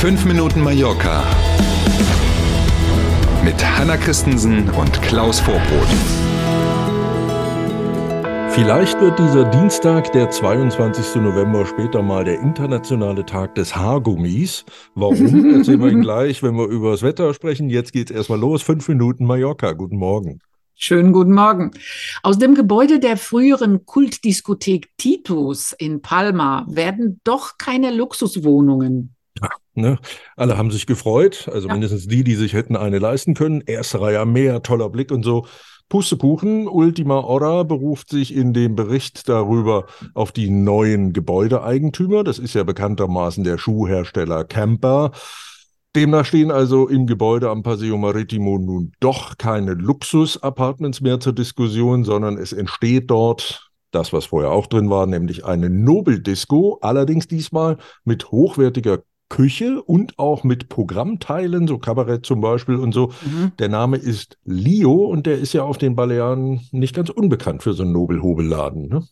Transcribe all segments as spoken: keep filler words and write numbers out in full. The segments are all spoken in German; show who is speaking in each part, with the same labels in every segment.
Speaker 1: fünf Minuten Mallorca mit Hanna Christensen und Klaus Vorbrot.
Speaker 2: Vielleicht wird dieser Dienstag, der zweiundzwanzigsten November, später mal der internationale Tag des Haargummis. Warum, erzählen wir Ihnen gleich, wenn wir über das Wetter sprechen. Jetzt geht's erstmal los. Fünf Minuten Mallorca. Guten Morgen.
Speaker 3: Schönen guten Morgen. Aus dem Gebäude der früheren Kultdiskothek Titus in Palma werden doch keine Luxuswohnungen.
Speaker 2: Ja, ne? Alle haben sich gefreut, also ja. Mindestens die, die sich hätten eine leisten können. Erste Reihe am Meer, toller Blick und so. Pustekuchen, Ultima Hora beruft sich in dem Bericht darüber auf die neuen Gebäudeeigentümer. Das ist ja bekanntermaßen der Schuhhersteller Camper. Demnach stehen also im Gebäude am Paseo Maritimo nun doch keine Luxus-Apartments mehr zur Diskussion, sondern es entsteht dort das, was vorher auch drin war, nämlich eine Nobeldisco, allerdings diesmal mit hochwertiger Küche und auch mit Programmteilen, so Kabarett zum Beispiel und so. Mhm. Der Name ist Lio und der ist ja auf den Balearen nicht ganz unbekannt für so einen Nobelhobelladen, ne?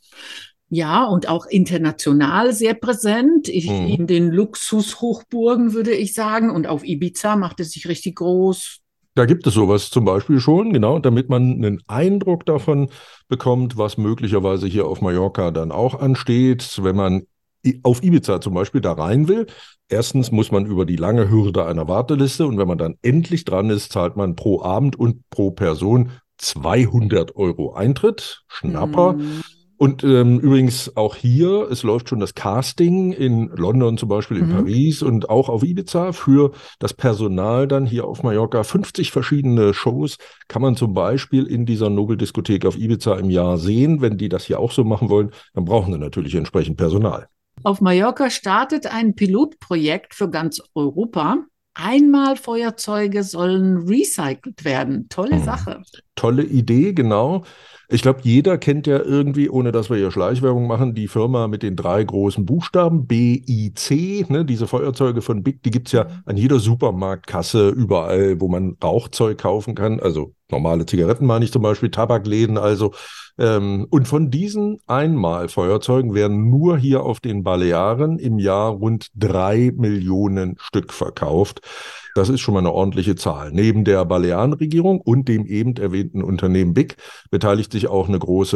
Speaker 3: Ja, und auch international sehr präsent. Ich, mhm. In den Luxushochburgen, würde ich sagen. Und auf Ibiza macht es sich richtig groß.
Speaker 2: Da gibt es sowas zum Beispiel schon, genau, damit man einen Eindruck davon bekommt, was möglicherweise hier auf Mallorca dann auch ansteht, wenn man auf Ibiza zum Beispiel da rein will. Erstens muss man über die lange Hürde einer Warteliste und wenn man dann endlich dran ist, zahlt man pro Abend und pro Person zweihundert Euro Eintritt. Schnapper. Mhm. Und ähm, übrigens auch hier, es läuft schon das Casting in London zum Beispiel, in mhm. Paris und auch auf Ibiza für das Personal dann hier auf Mallorca. fünfzig verschiedene Shows kann man zum Beispiel in dieser Nobeldiskothek auf Ibiza im Jahr sehen. Wenn die das hier auch so machen wollen, dann brauchen sie natürlich entsprechend Personal.
Speaker 3: Auf Mallorca startet ein Pilotprojekt für ganz Europa. Einmalfeuerzeuge sollen recycelt werden. Tolle hm. Sache.
Speaker 2: Tolle Idee, genau. Ich glaube, jeder kennt ja irgendwie, ohne dass wir hier Schleichwerbung machen, die Firma mit den drei großen Buchstaben, B I C, ne, diese Feuerzeuge von Bic, die gibt's ja an jeder Supermarktkasse, überall, wo man Rauchzeug kaufen kann, also normale Zigaretten meine ich zum Beispiel, Tabakläden also. Ähm, und von diesen Einmalfeuerzeugen werden nur hier auf den Balearen im Jahr rund drei Millionen Stück verkauft. Das ist schon mal eine ordentliche Zahl. Neben der Balearenregierung und dem eben erwähnten Unternehmen Bic beteiligt sich auch eine große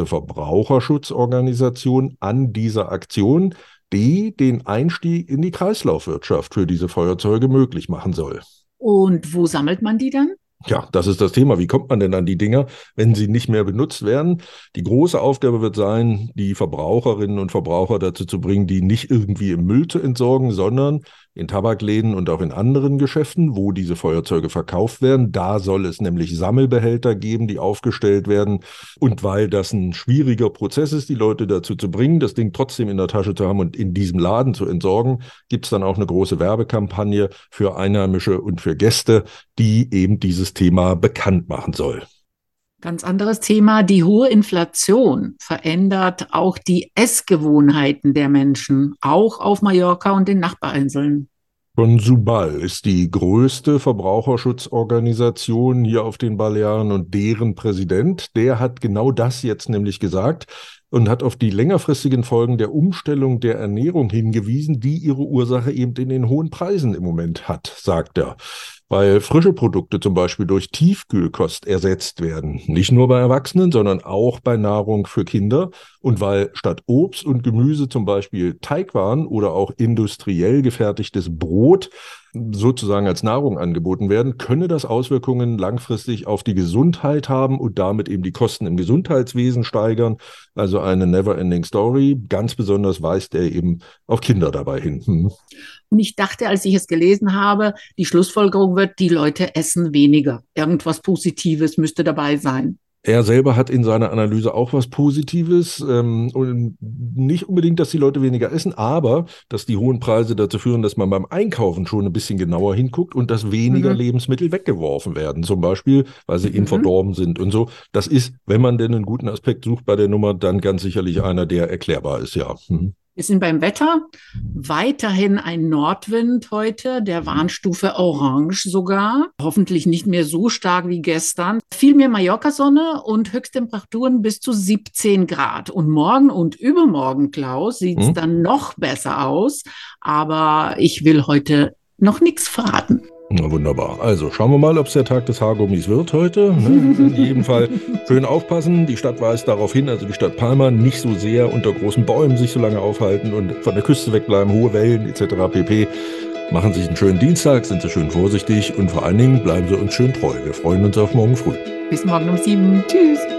Speaker 2: Verbraucherschutzorganisation an dieser Aktion, die den Einstieg in die Kreislaufwirtschaft für diese Feuerzeuge möglich machen soll.
Speaker 3: Und wo sammelt man die dann?
Speaker 2: Ja, das ist das Thema. Wie kommt man denn an die Dinger, wenn sie nicht mehr benutzt werden? Die große Aufgabe wird sein, die Verbraucherinnen und Verbraucher dazu zu bringen, die nicht irgendwie im Müll zu entsorgen, sondern in Tabakläden und auch in anderen Geschäften, wo diese Feuerzeuge verkauft werden. Da soll es nämlich Sammelbehälter geben, die aufgestellt werden. Und weil das ein schwieriger Prozess ist, die Leute dazu zu bringen, das Ding trotzdem in der Tasche zu haben und in diesem Laden zu entsorgen, gibt es dann auch eine große Werbekampagne für Einheimische und für Gäste, die eben dieses Thema bekannt machen soll.
Speaker 3: Ganz anderes Thema, die hohe Inflation verändert auch die Essgewohnheiten der Menschen, auch auf Mallorca und den Nachbarinseln.
Speaker 2: Consubal ist die größte Verbraucherschutzorganisation hier auf den Balearen und deren Präsident, der hat genau das jetzt nämlich gesagt und hat auf die längerfristigen Folgen der Umstellung der Ernährung hingewiesen, die ihre Ursache eben in den hohen Preisen im Moment hat, sagt er. Weil frische Produkte zum Beispiel durch Tiefkühlkost ersetzt werden. Nicht nur bei Erwachsenen, sondern auch bei Nahrung für Kinder. Und weil statt Obst und Gemüse zum Beispiel Teigwaren oder auch industriell gefertigtes Brot sozusagen als Nahrung angeboten werden, könne das Auswirkungen langfristig auf die Gesundheit haben und damit eben die Kosten im Gesundheitswesen steigern. Also eine never-ending Story. Ganz besonders weist er eben auf Kinder dabei hin. Hm.
Speaker 3: Und ich dachte, als ich es gelesen habe, die Schlussfolgerung wird, die Leute essen weniger. Irgendwas Positives müsste dabei sein.
Speaker 2: Er selber hat in seiner Analyse auch was Positives. Ähm, und nicht unbedingt, dass die Leute weniger essen, aber dass die hohen Preise dazu führen, dass man beim Einkaufen schon ein bisschen genauer hinguckt und dass weniger mhm. Lebensmittel weggeworfen werden. Zum Beispiel, weil sie mhm. eben verdorben sind und so. Das ist, wenn man denn einen guten Aspekt sucht bei der Nummer, dann ganz sicherlich einer, der erklärbar ist, ja. Mhm.
Speaker 3: Wir sind beim Wetter. Weiterhin ein Nordwind heute, der Warnstufe Orange sogar. Hoffentlich nicht mehr so stark wie gestern. Viel mehr Mallorca-Sonne und Höchsttemperaturen bis zu siebzehn Grad. Und morgen und übermorgen, Klaus, sieht es hm? dann noch besser aus. Aber ich will heute noch nichts verraten.
Speaker 2: Na wunderbar. Also schauen wir mal, ob es der Tag des Haargummis wird heute. Ne? In jedem Fall schön aufpassen. Die Stadt weist darauf hin, also die Stadt Palma, nicht so sehr unter großen Bäumen sich so lange aufhalten und von der Küste wegbleiben, hohe Wellen et cetera pp. Machen Sie sich einen schönen Dienstag, sind Sie schön vorsichtig und vor allen Dingen bleiben Sie uns schön treu. Wir freuen uns auf morgen früh.
Speaker 3: Bis morgen um sieben. Tschüss.